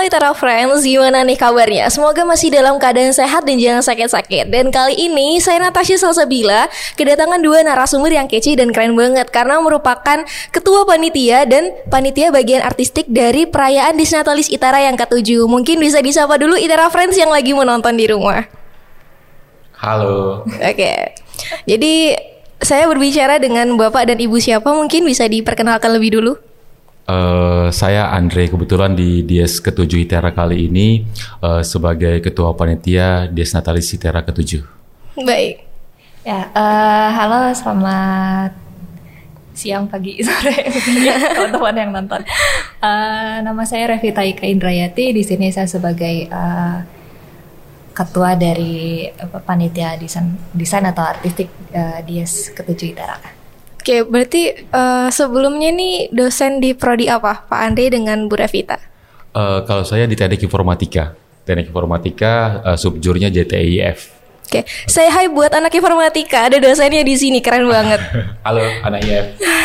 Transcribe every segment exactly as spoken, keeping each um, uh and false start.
Itera Friends, gimana nih kabarnya? Semoga masih dalam keadaan sehat dan jangan sakit-sakit. Dan kali ini saya Natasha Salsabila kedatangan dua narasumber yang kece dan keren banget karena merupakan ketua panitia dan panitia bagian artistik dari perayaan Disnatalis Itera yang ketujuh. Mungkin bisa disapa dulu Itera Friends yang lagi menonton di rumah. Halo. Oke, okay. Jadi saya berbicara dengan Bapak dan Ibu siapa? Mungkin bisa diperkenalkan lebih dulu. Uh, saya Andre, kebetulan di Dies ketujuh Itera kali ini uh, sebagai ketua panitia Disnatalis Itera ketujuh. Baik. Ya, uh, halo, selamat siang, pagi, sore, teman-teman yang nonton. Uh, nama saya Revita Ika Indrayati. Di sini saya sebagai uh, ketua dari uh, panitia desain, desain atau artistik uh, Dies ketujuh Itera. Oke, berarti uh, sebelumnya nih dosen di prodi apa, Pak Andre dengan Bu Revita? Uh, kalau saya di Teknik Informatika, Teknik Informatika uh, subjurnya J T I F. Oke, say hi buat anak informatika, ada dosennya di sini, keren banget. Halo, anak I F.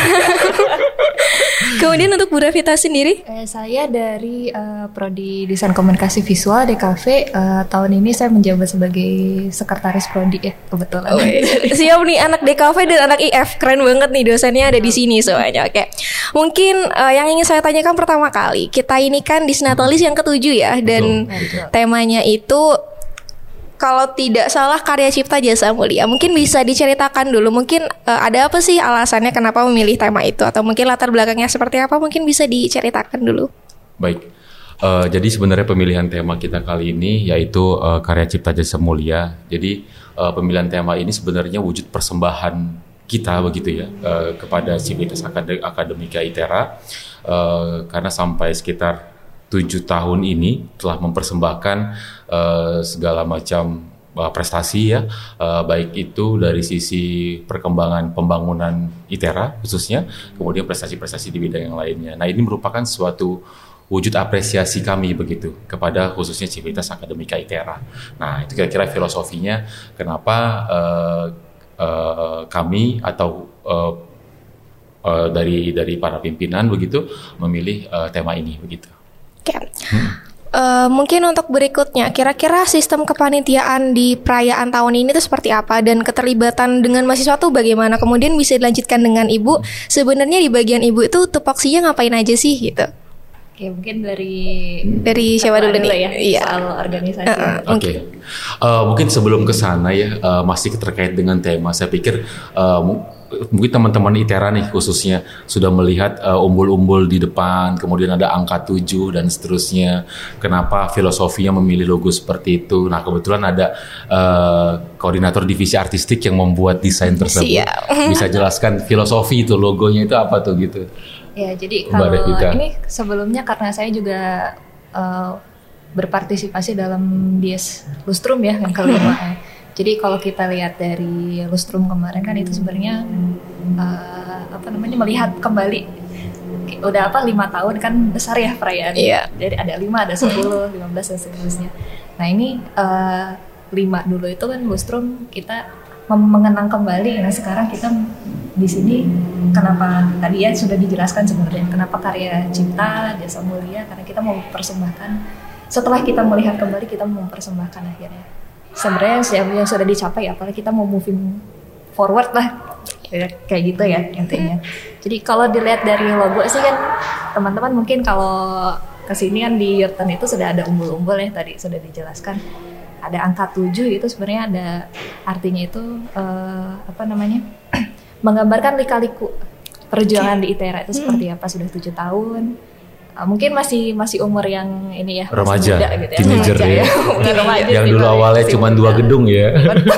Kemudian untuk Bu Revita sendiri? Eh, saya dari uh, prodi Desain Komunikasi Visual D K V. Uh, tahun ini saya menjabat sebagai sekretaris prodi ya, kebetulan. Oh, siap nih, anak D K V dan anak I F, keren banget nih dosennya ada di sini semuanya. Oke, mungkin uh, yang ingin saya tanyakan pertama kali, kita ini kan Disnatalis yang ketujuh ya, dan betul, temanya itu kalau tidak salah karya cipta jasa mulia. Mungkin bisa diceritakan dulu, mungkin uh, ada apa sih alasannya kenapa memilih tema itu, atau mungkin latar belakangnya seperti apa, mungkin bisa diceritakan dulu. Baik, uh, jadi sebenarnya pemilihan tema kita kali ini yaitu uh, karya cipta jasa mulia. Jadi uh, pemilihan tema ini sebenarnya wujud persembahan kita begitu ya uh, kepada Civitas Akad- Akademika Itera, uh, karena sampai sekitar tujuh tahun ini telah mempersembahkan uh, segala macam uh, prestasi ya, uh, baik itu dari sisi perkembangan pembangunan Itera khususnya, kemudian prestasi-prestasi di bidang yang lainnya. Nah, ini merupakan suatu wujud apresiasi kami begitu kepada khususnya Civitas Akademika Itera. Nah, itu kira-kira filosofinya kenapa uh, uh, kami atau uh, uh, dari dari para pimpinan begitu memilih uh, tema ini begitu. Oke, hmm. uh, mungkin untuk berikutnya, kira-kira sistem kepanitiaan di perayaan tahun ini itu seperti apa dan keterlibatan dengan mahasiswa itu bagaimana? Kemudian bisa dilanjutkan dengan Ibu. Sebenarnya di bagian Ibu itu tupoksinya ngapain aja sih gitu? Oke, mungkin dari dari siapa dulu nih? Ya, iya. Soal organisasi. Uh, uh, Oke, okay. uh, mungkin sebelum ke sana ya, uh, masih terkait dengan tema. Saya pikir uh, mungkin teman-teman Itera nih khususnya sudah melihat uh, umbul-umbul di depan, kemudian ada angka tujuh dan seterusnya. Kenapa filosofinya memilih logo seperti itu? Nah, kebetulan ada uh, koordinator divisi artistik yang membuat desain tersebut. Siap. Bisa jelaskan filosofi itu, logonya itu apa tuh gitu? Ya, jadi kalau ini sebelumnya karena saya juga uh, berpartisipasi dalam Dies Lustrum ya yang kelima ya. Jadi kalau kita lihat dari Lustrum kemarin kan itu sebenarnya uh, apa namanya melihat kembali udah apa lima tahun kan besar ya perayaan. Iya. Jadi ada lima, ada sepuluh, lima belas dan seterusnya. Nah ini uh, lima dulu itu kan Lustrum kita mengenang kembali. Nah sekarang kita di sini kenapa tadi ya sudah dijelaskan sebenarnya kenapa karya cipta jasa mulia, karena kita mau mempersembahkan setelah kita melihat kembali kita mau mempersembahkan akhirnya sebenarnya yang sudah dicapai, apalagi kita mau moving forward lah ya, kayak gitu ya intinya. Jadi kalau dilihat dari logo sih kan teman-teman mungkin kalau kesini kan di Yurten itu sudah ada umbul-umbul ya, tadi sudah dijelaskan ada angka tujuh, itu sebenarnya ada artinya itu uh, apa namanya menggambarkan lika-liku perjuangan di Itera itu seperti apa sudah tujuh tahun. Uh, mungkin masih masih umur yang ini ya remaja, muda, gitu ya. teenager ya, ya. Remaja yang sih, dulu awalnya cuma dua gedung ya.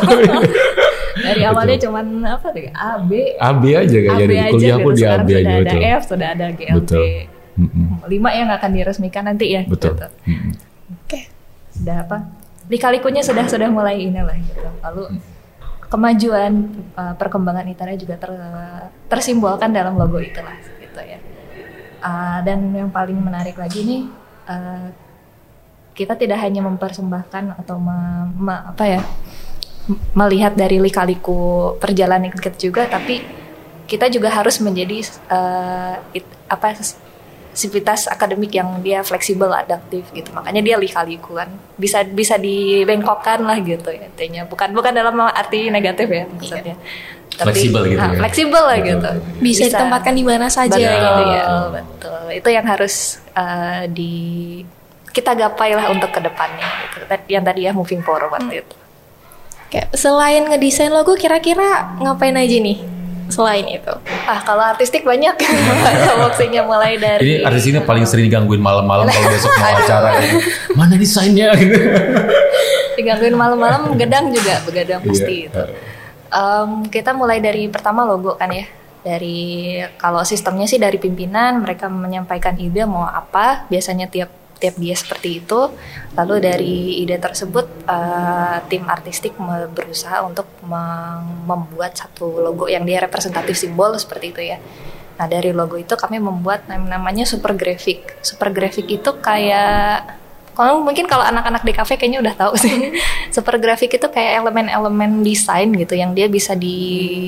Dari awalnya cuma apa deh A B A B aja kayak jadi kuliah pun di A B aja, sudah betul. ada F, sudah ada G L B. Betul. Lima yang akan diresmikan nanti ya. Betul. Gitu. Oke. Sudah apa? Lika-likunya sudah sudah mulai inilah gitu. Lalu kemajuan uh, perkembangan Itera juga ter, tersimbolkan dalam logo itulah gitu ya. Uh, dan yang paling menarik lagi nih uh, kita tidak hanya mempersembahkan atau me, me, apa ya melihat dari lika-liku perjalanan kita juga, tapi kita juga harus menjadi uh, it, apa sivitas akademik yang dia fleksibel, adaptif gitu. Makanya dia lika-liku kan. Bisa bisa dibengkokkan lah gitu ya intinya. Bukan bukan dalam arti negatif ya maksudnya. Tapi, fleksibel gitu nah, ya. Fleksibel lah betul, gitu. betul. Bisa, bisa ditempatkan di mana saja betul, gitu ya. Betul. Itu yang harus uh, di kita gapai lah untuk kedepannya gitu. Yang tadi ya moving forward hmm. itu. Kayak selain ngedesain logo kira-kira ngapain aja nih? Selain itu, ah kalau artistik banyak maksudnya mulai dari ini artis ini paling sering digangguin malam-malam kalau besok mau acara gitu. Mana desainnya gitu. Digangguin malam-malam, begadang juga, begadang pasti itu. Um, kita mulai dari pertama logo kan ya. Dari kalau sistemnya sih dari pimpinan, mereka menyampaikan ide mau apa, biasanya tiap tiap dia seperti itu. Lalu dari ide tersebut uh, tim artistik berusaha untuk mem- membuat satu logo yang dia representatif simbol seperti itu ya. Nah dari logo itu kami membuat namanya super graphic. Super graphic itu kayak kalau mungkin kalau anak-anak di kafe kayaknya udah tahu sih. Super graphic itu kayak elemen-elemen desain gitu yang dia bisa di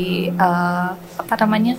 uh, apa namanya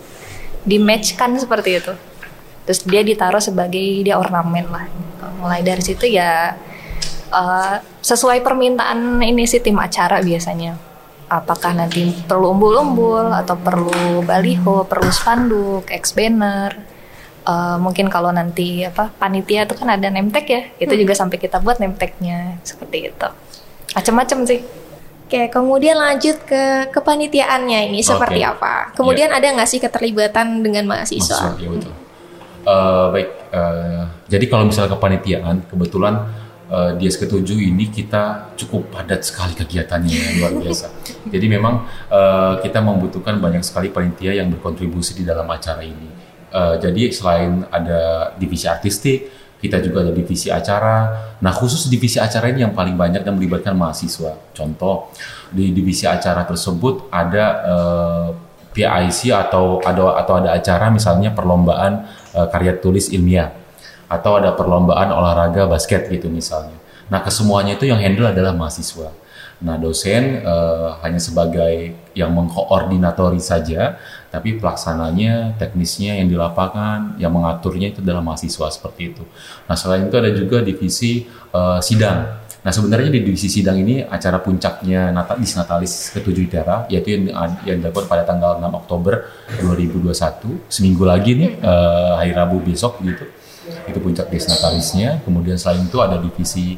di matchkan seperti itu. Terus dia ditaruh sebagai dia ornamen lah. Mulai dari situ ya uh, sesuai permintaan ini sih tim acara biasanya. Apakah nanti perlu umbul-umbul atau perlu baliho, perlu spanduk, X banner. Uh, mungkin kalau nanti apa panitia itu kan ada name tag ya, itu hmm. juga sampai kita buat name tagnya seperti itu. Macam-macam sih. Oke, kemudian lanjut ke kepanitiaannya ini seperti okay. apa? Kemudian yeah. ada nggak sih keterlibatan dengan mahasiswa? Mahasiswa, ya betul. Uh, baik, uh, jadi kalau misalnya kepanitiaan, kebetulan uh, di S ketujuh ini kita cukup padat sekali kegiatannya, luar biasa. Jadi memang uh, kita membutuhkan banyak sekali panitia yang berkontribusi di dalam acara ini. Uh, jadi selain ada divisi artistik, kita juga ada divisi acara. Nah khusus divisi acara ini yang paling banyak dan melibatkan mahasiswa. Contoh, di divisi acara tersebut ada uh, P I C atau ada atau ada acara misalnya perlombaan uh, karya tulis ilmiah atau ada perlombaan olahraga basket gitu misalnya. Nah kesemuanya itu yang handle adalah mahasiswa. Nah dosen uh, hanya sebagai yang mengkoordinatori saja, tapi pelaksananya, teknisnya yang di lapangan, yang mengaturnya itu adalah mahasiswa seperti itu. Nah selain itu ada juga divisi uh, sidang. Nah sebenarnya di divisi sidang ini acara puncaknya Natal, Disnatalis ketujuh ITERA, yaitu yang, yang dilakukan pada tanggal enam Oktober dua ribu dua puluh satu, seminggu lagi nih, uh, hari Rabu besok gitu. Itu puncak Disnatalisnya. Kemudian selain itu ada divisi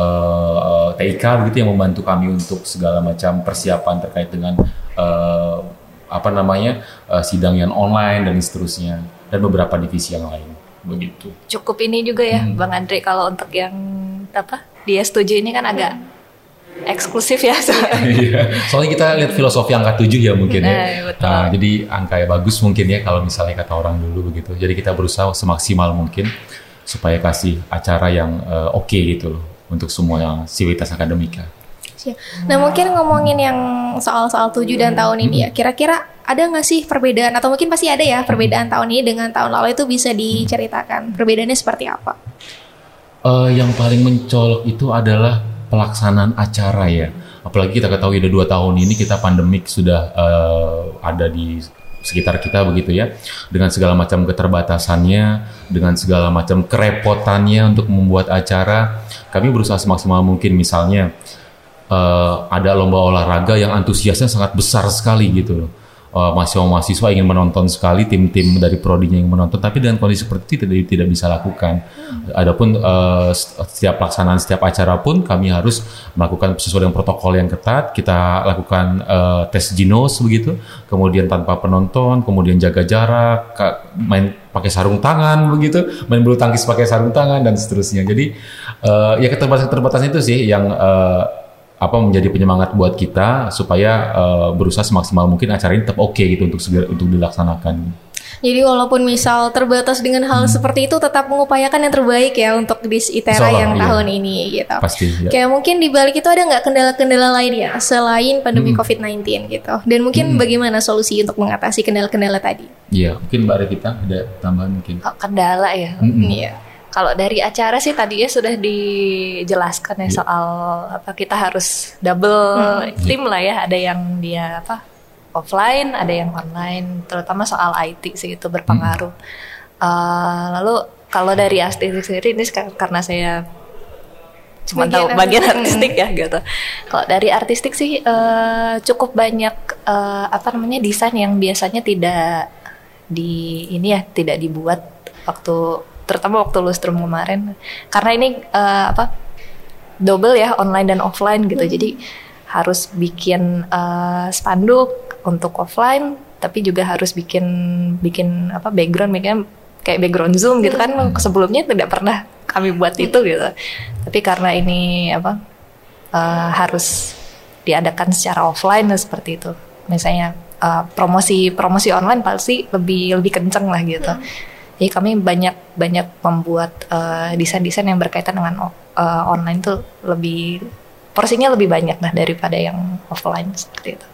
uh, T I K begitu yang membantu kami untuk segala macam persiapan terkait dengan uh, apa namanya uh, sidang yang online dan seterusnya, dan beberapa divisi yang lain begitu. Cukup ini juga ya hmm. Bang Andre kalau untuk yang apa dia setuju ini kan agak eksklusif ya soalnya. Soalnya kita lihat filosofi angka tujuh ya mungkin ya. Nah, betul. Nah, jadi angka yang bagus mungkin ya kalau misalnya kata orang dulu begitu. Jadi kita berusaha semaksimal mungkin supaya kasih acara yang uh, oke okay gitu loh untuk semua sivitas akademika. Nah mungkin ngomongin yang soal-soal tujuh dan tahun ini ya, kira-kira ada nggak sih perbedaan atau mungkin pasti ada ya perbedaan tahun ini dengan tahun lalu, itu bisa diceritakan perbedaannya seperti apa? Uh, yang paling mencolok itu adalah pelaksanaan acara ya. Apalagi kita ketahui udah dua tahun ini kita pandemik sudah uh, ada di sekitar kita begitu ya. Dengan segala macam keterbatasannya, dengan segala macam kerepotannya untuk membuat acara, kami berusaha semaksimal mungkin. Misalnya uh, ada lomba olahraga yang antusiasnya sangat besar sekali gitu loh. Uh, mahasiswa-mahasiswa ingin menonton sekali, tim-tim dari prodinya yang menonton, tapi dengan kondisi seperti itu tidak, tidak bisa lakukan. Hmm. Adapun uh, setiap pelaksanaan setiap acara pun kami harus melakukan sesuai dengan protokol yang ketat. Kita lakukan uh, tes ginos begitu, kemudian tanpa penonton, kemudian jaga jarak, main pakai sarung tangan begitu, main bulu tangkis pakai sarung tangan dan seterusnya. Jadi uh, ya keterbatasan-keterbatasan itu sih yang uh, apa menjadi penyemangat buat kita supaya uh, berusaha semaksimal mungkin acara ini tetap oke okay gitu untuk segera untuk dilaksanakan. Jadi walaupun misal terbatas dengan hal hmm. seperti itu, tetap mengupayakan yang terbaik ya untuk Dis ITERA yang iya. tahun ini gitu. Pasti. Ya. Kayak mungkin di balik itu ada nggak kendala-kendala lain ya selain pandemi hmm. covid sembilan belas gitu. Dan mungkin hmm. bagaimana solusi untuk mengatasi kendala-kendala tadi? Iya, mungkin Mbak Revita ada tambahan mungkin. Oh, kendala ya. Hmm. Iya. Kalau dari acara sih tadi ya sudah dijelaskan ya yeah. soal apa kita harus double hmm. tim lah ya, ada yang dia apa offline, ada yang online, terutama soal I T sih itu berpengaruh. Hmm. Uh, lalu kalau dari artistik sendiri ini karena saya cuma Bagian tahu bagian artistik. artistik ya gitu. Kalau dari artistik sih uh, cukup banyak uh, apa namanya desain yang biasanya tidak di ini ya tidak dibuat waktu terutama waktu lustrum kemarin karena ini uh, apa double ya online dan offline gitu. Hmm. Jadi harus bikin uh, spanduk untuk offline tapi juga harus bikin bikin apa background bikin kayak background Zoom gitu kan. Sebelumnya tidak pernah kami buat itu gitu. Tapi karena ini apa uh, harus diadakan secara offline seperti itu. Misalnya uh, promosi promosi online pasti lebih lebih kenceng lah gitu. Jadi kami banyak banyak membuat uh, desain-desain yang berkaitan dengan uh, online tuh lebih porsinya lebih banyak lah daripada yang offline seperti itu.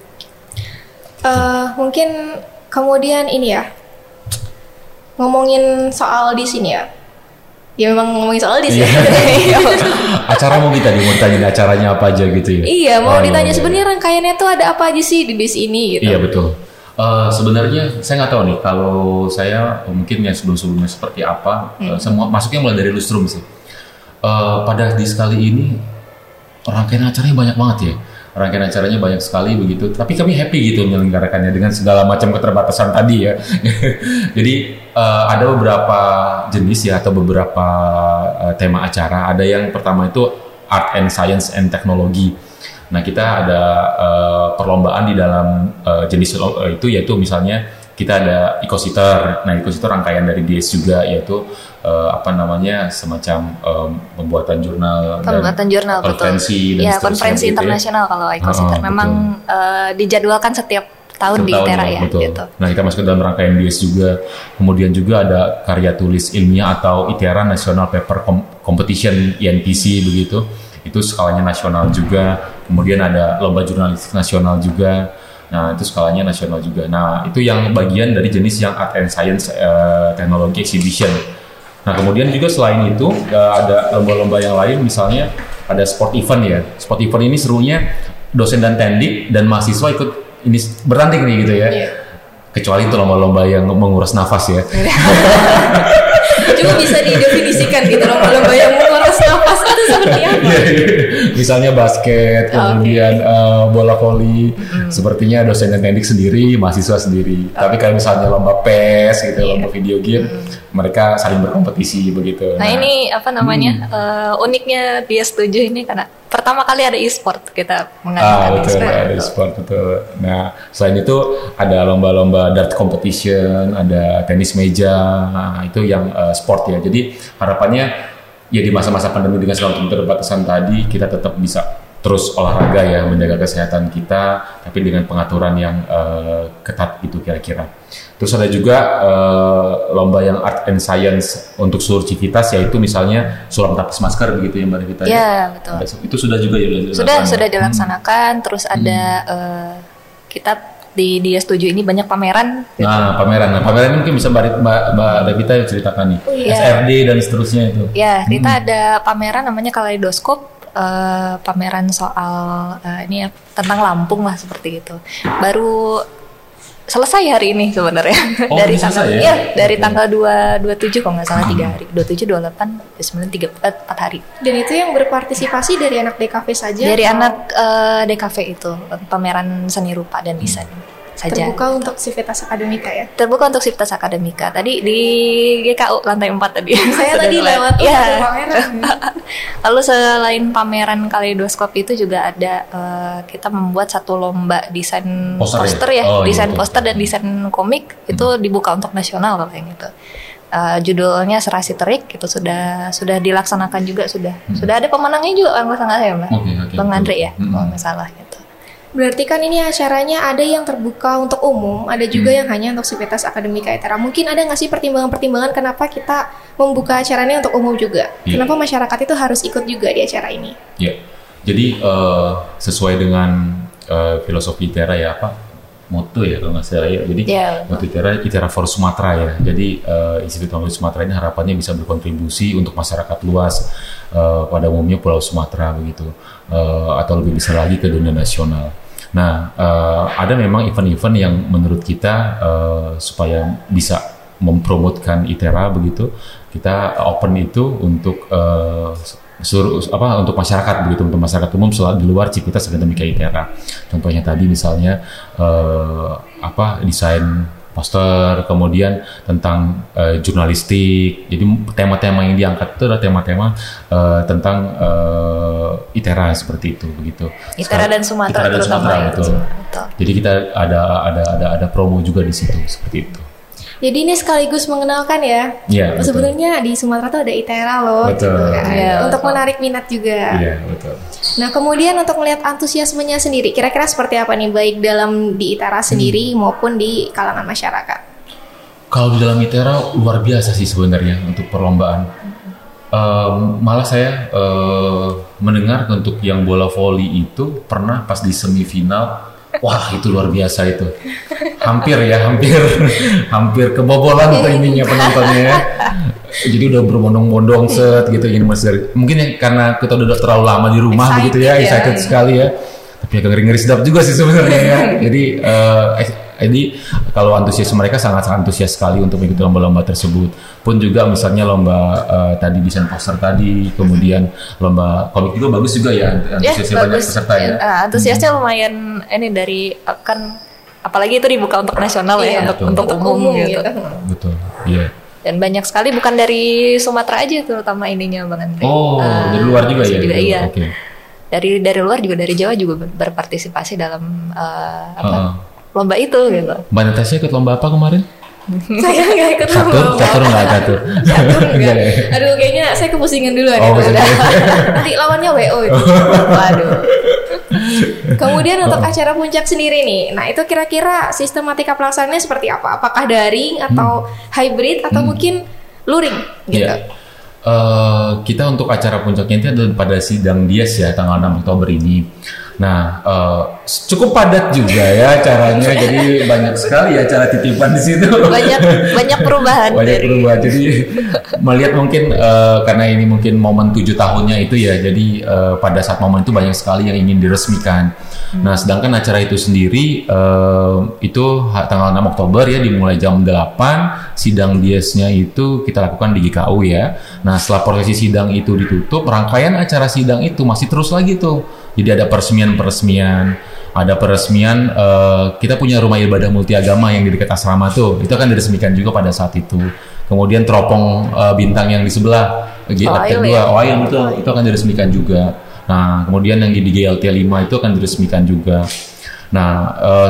Uh, mungkin kemudian ini ya ngomongin soal di sini ya. Ya memang ngomongin soal di sini. Acara mau kita mau tanya acaranya apa aja gitu ya. Iya, mau oh, ditanya iya, sebenarnya rangkaiannya tuh ada apa aja sih di dis ini gitu. Iya betul. Uh, sebenarnya saya nggak tahu nih kalau saya mungkin yang sebelum-sebelumnya seperti apa. Hmm. Uh, semua masuknya mulai dari lustrum sih. Uh, pada dis kali ini rangkaian acaranya banyak banget ya. Rangkaian acaranya banyak sekali begitu, tapi kami happy gitu menyelenggarakannya dengan segala macam keterbatasan tadi ya. Jadi uh, ada beberapa jenis ya atau beberapa uh, tema acara. Ada yang pertama itu Art and Science and Technology. Nah kita ada uh, perlombaan di dalam uh, jenis uh, itu yaitu misalnya kita ada Ecositter. Nah Ecositter rangkaian dari D S juga yaitu uh, apa namanya semacam um, pembuatan jurnal pembuatan dan jurnal konferensi betul. dan ya seterusnya konferensi gitu internasional ya. Kalau Ecositter oh, memang uh, dijadwalkan setiap tahun Setiap di ITERA ya betul. gitu. Nah kita masuk ke dalam rangkaian D S juga. Kemudian juga ada karya tulis ilmiah atau ITERA National Paper Competition I N P C begitu. Itu skalanya nasional juga. Kemudian ada lomba jurnalistik nasional juga. Nah itu skalanya nasional juga. Nah itu yang bagian dari jenis yang Art and Science uh, Technology Exhibition. Nah kemudian juga selain itu uh, ada lomba-lomba yang lain, misalnya ada sport event ya. Sport event ini serunya dosen dan tendik dan mahasiswa ikut ini bertanding nih gitu ya. Yeah. Kecuali itu lomba-lomba yang menguras nafas ya. Cuma bisa didefinisikan gitu lomba-lomba yang menguras nafas itu seperti apa? Misalnya basket, kemudian okay. uh, bola voli, hmm. sepertinya dosen dan tendik sendiri, mahasiswa sendiri. Okay. Tapi kalau misalnya lomba P E S gitu, yeah. lomba video game, hmm. mereka saling berkompetisi begitu. Nah, nah ini apa namanya hmm. uh, uniknya dia setuju ini karena pertama kali ada e-sport kita mengadakan ah, betul, e-sport. Ada e-sport betul. Nah selain itu ada lomba-lomba dart competition, ada tenis meja, nah, itu yang uh, sport ya. Jadi harapannya ya di masa-masa pandemi dengan segala keterbatasan tadi kita tetap bisa terus olahraga ya, menjaga kesehatan kita, tapi dengan pengaturan yang uh, ketat gitu kira-kira. Terus ada juga uh, lomba yang Art and Science untuk seluruh civitas, yaitu misalnya sulam tapis masker begitu ya Mbak Revita. Ya, ya betul. Itu sudah juga ya dilaksanakan. Sudah sudah dilaksanakan. Hmm. Terus ada hmm. uh, kita di dia setuju ini banyak pameran. Gitu. Nah pameran, nah pameran ini mungkin bisa Mbak Mbak Revita ceritakan nih. Oh, iya. S R D dan seterusnya itu. Ya kita hmm. ada pameran namanya Kaleidoskop. Uh, pameran soal uh, ini ya, tentang Lampung lah seperti itu. Baru selesai hari ini sebenarnya. Oh, dari tanggal ya, ya dari okay. tanggal dua puluh tujuh kalau nggak salah tiga hari. dua puluh tujuh, dua puluh delapan, dua puluh sembilan, tiga puluh empat, empat hari. Dan itu yang berpartisipasi dari anak D K V saja? Dari atau? anak uh, D K V itu, pameran seni rupa dan desain. Saja. Terbuka untuk Civitas Akademika ya? Terbuka untuk Civitas Akademika. Tadi di G K U lantai empat tadi. Saya tadi lewat ya. pameran. Lalu selain pameran Kaleidoskop itu juga ada uh, kita membuat satu lomba desain poster, poster ya, ya? Oh, desain iya, poster dan desain komik hmm. itu dibuka untuk nasional kalau yang itu. Uh, judulnya Serasi Terik itu sudah sudah dilaksanakan juga sudah hmm. sudah ada pemenangnya juga kalau nggak salah ya Mbak, okay, okay, Bang Andre ya, hmm. kalau nggak salah gitu. Berarti kan ini acaranya ada yang terbuka untuk umum, ada juga hmm. yang hanya untuk Civitas Akademika ITERA. Mungkin ada nggak sih pertimbangan-pertimbangan kenapa kita membuka acaranya untuk umum juga? Yeah. Kenapa masyarakat itu harus ikut juga di acara ini? Ya, yeah. Jadi uh, sesuai dengan uh, filosofi ITERA ya apa? Moto ya kalau nggak salah ya. Jadi yeah. moto ITERA ITERA for Sumatera ya. Jadi uh, Institut Teknologi Sumatera ini harapannya bisa berkontribusi untuk masyarakat luas uh, pada umumnya Pulau Sumatera begitu, uh, atau lebih besar lagi ke dunia nasional. Nah, uh, ada memang event-event yang menurut kita uh, supaya bisa mempromotkan ITERA begitu, kita open itu untuk uh, suruh apa untuk masyarakat begitu, untuk masyarakat umum selalu di luar Civitas Akademika ITERA. Contohnya tadi misalnya uh, apa desain poster, kemudian tentang uh, jurnalistik. Jadi tema-tema yang diangkat itu adalah tema-tema uh, tentang uh, ITERA seperti itu begitu. ITERA dan Sumatera ITERA dan Sumatera, ya, betul. betul. Jadi kita ada ada ada ada promo juga di situ seperti itu. Jadi ini sekaligus mengenalkan ya, ya sebenarnya di Sumatera tuh ada ITERA loh, betul. Gitu kan? Ya, untuk betul. menarik minat juga. Iya betul. Nah kemudian untuk melihat antusiasmenya sendiri, kira-kira seperti apa nih, baik dalam di ITERA sendiri hmm. maupun di kalangan masyarakat? Kalau di dalam ITERA luar biasa sih sebenarnya untuk perlombaan. Um, malah saya uh, mendengar untuk yang bola voli itu pernah pas di semifinal. Wah itu luar biasa itu, hampir ya hampir hampir kebobolan tuh ininya penontonnya ya. Jadi udah berbondong-bondong set gitu ini mas dari mungkin ya, karena kita udah terlalu lama di rumah excited begitu ya, excited ya. sekali ya. Tapi agak ngeri-ngeri sedap juga sih sebenarnya ya. Jadi uh, jadi kalau antusias mereka sangat-sangat antusias sekali untuk mengikuti lomba-lomba tersebut. Pun juga misalnya lomba uh, tadi desain poster tadi, kemudian lomba komik juga bagus juga ya, antusiasnya ya, banyak peserta ya. Uh, antusiasnya hmm. lumayan ini dari kan apalagi itu dibuka untuk nasional iya, ya, untuk betul. untuk umum, umum gitu. gitu. Betul. Iya. Yeah. Dan banyak sekali bukan dari Sumatera aja terutama ininya Bang Andre. Oh, uh, dari luar juga ya. Juga iya. Okay. Dari dari luar juga dari Jawa juga berpartisipasi dalam uh, apa? Uh-uh. lomba itu gitu. Mbak Natasha ikut lomba apa kemarin? Saya nggak ikut catur, lomba. Catur nggak catur. Catur enggak. Aduh kayaknya saya kepusingan duluan. Oh, itu udah. Nanti lawannya W O itu. Waduh. Kemudian untuk oh. acara puncak sendiri nih, nah itu kira-kira sistematika pelaksanaannya seperti apa? Apakah daring atau hmm. hybrid atau hmm. mungkin luring gitu? Yeah. Uh, kita untuk acara puncaknya itu adalah pada sidang D I A S ya tanggal enam Oktober ini. Nah, uh, cukup padat juga ya acaranya, jadi banyak sekali acara titipan di situ. Banyak banyak perubahan. Banyak dari... perubahan. Jadi melihat mungkin uh, karena ini mungkin momen tujuh tahunnya itu ya, jadi uh, pada saat momen itu banyak sekali yang ingin diresmikan. Hmm. Nah, sedangkan acara itu sendiri uh, itu tanggal enam Oktober ya, dimulai jam delapan, sidang D I A S-nya itu kita lakukan di G K U ya. Nah, setelah prosesi sidang itu ditutup, rangkaian acara sidang itu masih terus lagi tuh. Jadi ada peresmian-peresmian, ada peresmian uh, kita punya rumah ibadah multiagama yang di dekat asrama tuh, itu akan diresmikan juga pada saat itu. Kemudian teropong uh, bintang yang di sebelah G R T dua, oh iya betul, itu akan diresmikan juga. Nah kemudian yang di G L T lima itu akan diresmikan juga. Nah uh,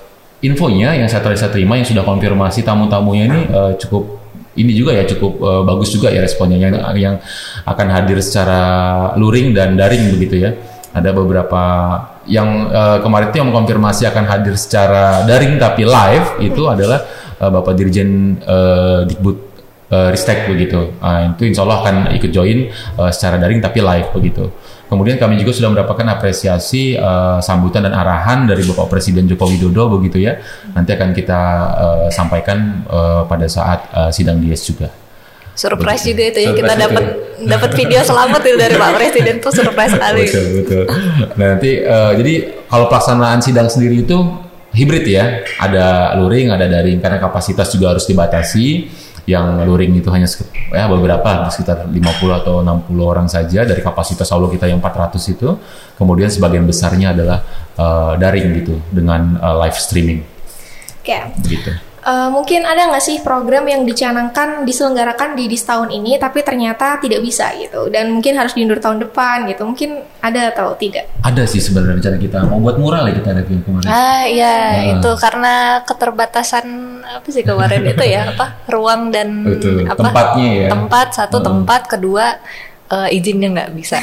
infonya yang saya saya terima yang sudah konfirmasi tamu-tamunya ini uh, cukup ini juga ya cukup uh, bagus juga ya responnya yang, yang akan hadir secara luring dan daring begitu ya. Ada beberapa yang uh, kemarin itu yang mengkonfirmasi akan hadir secara daring tapi live itu adalah uh, Bapak Dirjen uh, Dikbud uh, Ristek begitu. Uh, itu insya Allah akan ikut join uh, secara daring tapi live begitu. Kemudian kami juga sudah mendapatkan apresiasi uh, sambutan dan arahan dari Bapak Presiden Joko Widodo begitu ya. Nanti akan kita uh, sampaikan uh, pada saat uh, sidang D I A S juga. Surprise betul. Juga itu ya, kita dapat dapat video selamat itu dari Pak Presiden tuh surprise sekali. Betul betul. Nah, nanti uh, jadi kalau pelaksanaan sidang sendiri itu hibrid ya, ada luring, ada daring karena kapasitas juga harus dibatasi. Yang luring itu hanya ya beberapa sekitar lima puluh atau enam puluh orang saja dari kapasitas aula kita yang empat ratus itu. Kemudian sebagian besarnya adalah uh, daring gitu dengan uh, live streaming. Oke. Okay. Begitu. Uh, mungkin ada nggak sih program yang dicanangkan diselenggarakan di D I S tahun ini tapi ternyata tidak bisa gitu dan mungkin harus diundur tahun depan gitu, mungkin ada atau tidak? Ada sih sebenarnya rencana kita mau buat mural ya kita ada kemarin. Ah iya nah. Itu karena keterbatasan apa sih kemarin itu ya apa ruang dan betul. Apa tempatnya ya tempat satu uh. tempat kedua uh, izinnya nggak bisa.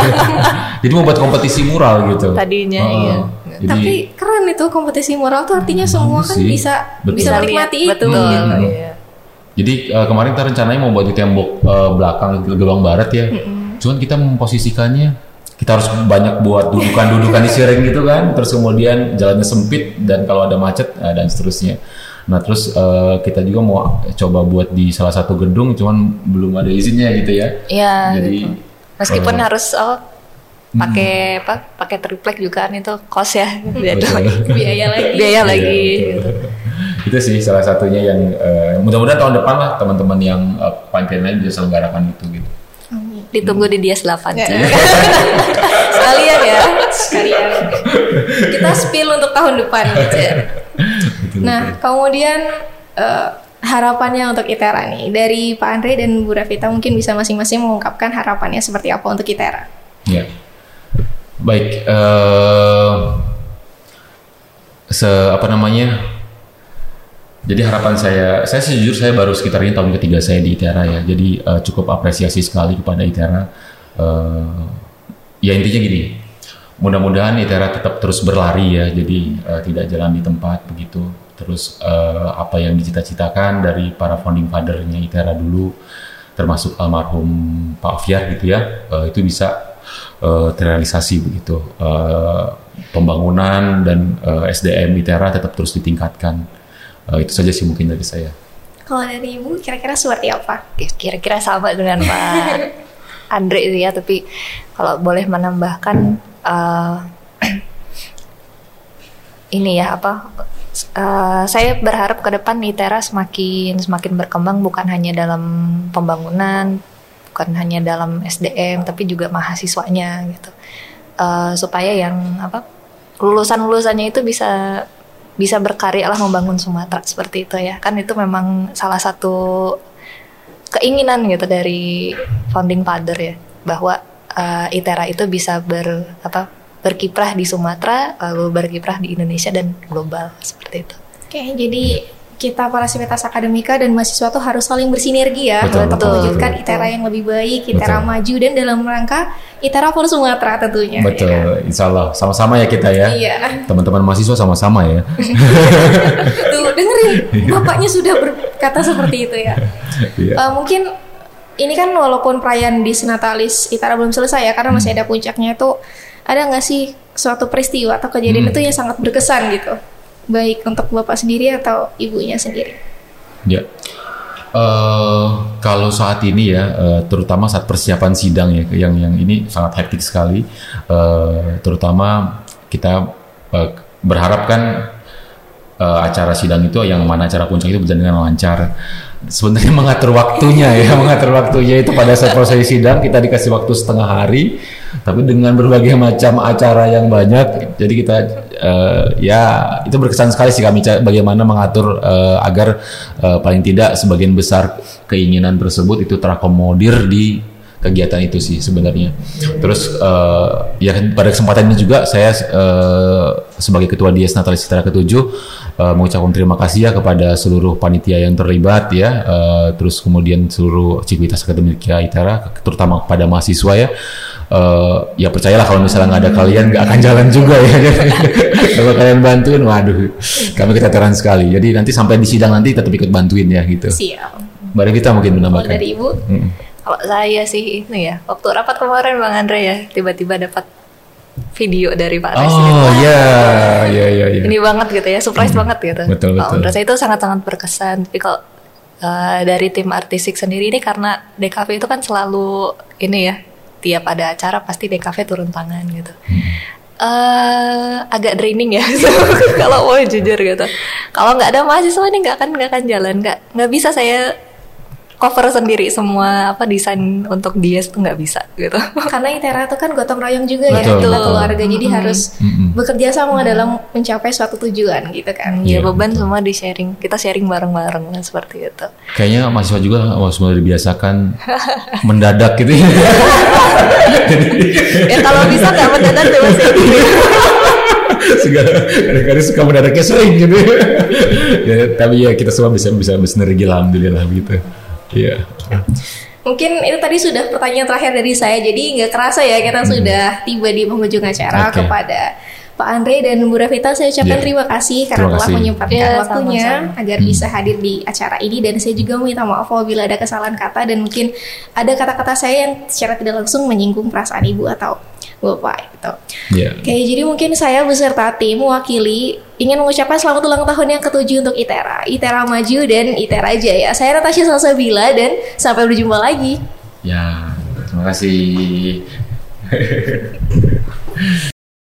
Jadi mau buat kompetisi mural gitu. Tadinya uh. iya. Jadi, tapi keren itu kompetisi mural tuh artinya hmm, semua kan sih. bisa betul. bisa menikmati itu. Betul. Hmm. Iya. Jadi uh, kemarin kita rencananya mau buat di tembok uh, belakang gerbang barat ya. Hmm. Cuman kita memposisikannya kita harus banyak buat dudukan-dudukan di siring gitu kan. Terus kemudian jalannya sempit dan kalau ada macet uh, dan seterusnya. Nah terus uh, kita juga mau coba buat di salah satu gedung, cuman belum ada izinnya gitu ya. Iya. Jadi gitu. Meskipun uh, harus oh, pakai hmm. apa pakai triplek juga kan itu kos ya biaya lagi biaya lagi ya, gitu. Itu sih salah satunya yang uh, mudah-mudahan tahun depan lah teman-teman yang uh, panitian lain bisa selenggarakan itu gitu. Ditunggu di Dias delapan sih. Sekalian ya, sekalian. Kita spill untuk tahun depan gitu. Nah, kemudian uh, harapannya untuk ITERA nih dari Pak Andre dan Bu Rafita mungkin bisa masing-masing mengungkapkan harapannya seperti apa untuk ITERA. Ya, baik. Uh, se apa namanya? Jadi harapan saya, saya sejujur saya baru sekitar ini tahun ketiga saya di ITERA ya. Jadi uh, cukup apresiasi sekali kepada ITERA. Uh, ya intinya gini, mudah-mudahan ITERA tetap terus berlari ya. Jadi uh, tidak jalan di tempat begitu. Terus uh, apa yang dicita-citakan dari para founding father-nya ITERA dulu, termasuk almarhum Pak Fiar gitu ya, uh, itu bisa uh, terrealisasi begitu. Uh, pembangunan dan uh, S D M ITERA tetap terus ditingkatkan. Uh, itu saja sih mungkin dari saya. Kalau dari Ibu kira-kira seperti apa? Kira-kira sama dengan Pak Andre sih ya, tapi kalau boleh menambahkan uh, ini ya apa? Uh, saya berharap ke depan ITERA semakin semakin berkembang bukan hanya dalam pembangunan, bukan hanya dalam S D M, tapi juga mahasiswanya gitu. Uh, supaya yang apa lulusan-lulusannya itu bisa bisa berkarya lah membangun Sumatera seperti itu ya. Kan itu memang salah satu keinginan gitu dari founding father ya, bahwa uh, ITERA itu bisa ber apa berkiprah di Sumatera, lalu berkiprah di Indonesia dan global seperti itu. Oke, jadi kita para sivitas akademika dan mahasiswa tuh harus saling bersinergi ya betul, untuk betul, mewujudkan betul. ITERA yang lebih baik, ITERA betul. maju dan dalam rangka ITERA for Sumatera tentunya. Betul, ya kan? Insya Allah sama-sama ya kita ya. Iya. Teman-teman mahasiswa sama-sama ya. Tuh dengerin, bapaknya sudah berkata seperti itu ya. Iya. Uh, mungkin ini kan walaupun perayaan Disnatalis ITERA belum selesai ya, karena masih ada puncaknya itu. Ada nggak sih suatu peristiwa atau kejadian Hmm. itu yang sangat berkesan gitu, baik untuk bapak sendiri atau ibunya sendiri? Ya, uh, kalau saat ini ya, uh, terutama saat persiapan sidang ya, yang yang ini sangat hektik sekali. Uh, terutama kita uh, berharap kan uh, acara sidang itu, yang mana acara puncak itu berjalan dengan lancar. Sebenarnya mengatur waktunya ya, mengatur waktunya itu pada saat proses sidang kita dikasih waktu setengah hari, tapi dengan berbagai macam acara yang banyak, jadi kita uh, ya itu berkesan sekali sih kami bagaimana mengatur uh, agar uh, paling tidak sebagian besar keinginan tersebut itu terakomodir di kegiatan itu sih sebenarnya. Terus uh, ya pada kesempatan ini juga saya uh, sebagai ketua Dies Natalis ITERA ketujuh uh, mengucapkan terima kasih ya kepada seluruh panitia yang terlibat ya, uh, terus kemudian seluruh civitas akademika ITERA, terutama kepada mahasiswa ya. Uh, ya percayalah kalau misalnya nggak ada kalian nggak akan jalan juga ya. Kalau kalian bantuin, waduh, kami keteteran sekali. Jadi nanti sampai di sidang nanti tetap ikut bantuin ya gitu. Siap. Mari kita mungkin menambahkan. Kalau dari Ibu? Hmm. Kalau saya sih ini ya, waktu rapat kemarin Bang Andre ya, tiba-tiba dapat video dari Pak Presiden. Oh iya, iya, iya. Ya. Ini banget gitu ya, surprise hmm. banget gitu. Betul, betul. Kalau menurut saya itu sangat-sangat berkesan. Tapi kalau uh, dari tim artistik sendiri ini, karena D K V itu kan selalu ini ya, tiap ada acara pasti D K V turun tangan gitu. Hmm. Uh, agak draining ya kalau mau jujur gitu. Kalau nggak ada mahasiswa ini nggak akan nggak akan jalan, nggak nggak bisa saya cover sendiri semua apa desain untuk Dies tuh nggak bisa gitu. Karena ITERA itu kan gotong royong juga ya, betul, kita betul. keluarga, jadi Mm-hmm. harus Mm-hmm. bekerja sama dalam mencapai suatu tujuan gitu kan. Ya Iya, beban betul. semua di sharing, kita sharing bareng-bareng lah seperti itu. Kayaknya mahasiswa juga oh, semua dibiasakan mendadak gitu ya. Ya kalau bisa nggak mendadak coba sih. Segala kadang-kadang suka mendadaknya sering gitu. Ya, tapi ya kita semua bisa bisa bersinergi alhamdulillah gitu. Iya. Mungkin itu tadi sudah pertanyaan terakhir dari saya, jadi nggak kerasa ya kita hmm. sudah tiba di penghujung acara. Okay. Kepada Pak Andre dan Bu Rafita saya ucapkan yeah. terima kasih karena terima telah kasih. menyempatkan yeah, waktunya sama-sama. agar hmm. bisa hadir di acara ini, dan saya juga minta maaf apabila ada kesalahan kata dan mungkin ada kata-kata saya yang secara tidak langsung menyinggung perasaan Ibu atau Bapak gitu. Yeah. Oke, jadi mungkin saya beserta tim mewakili ingin mengucapkan selamat ulang tahun yang ketujuh untuk ITERA, ITERA maju dan ITERA jaya. Saya Natasha Salsabila dan sampai berjumpa lagi. Ya, terima kasih.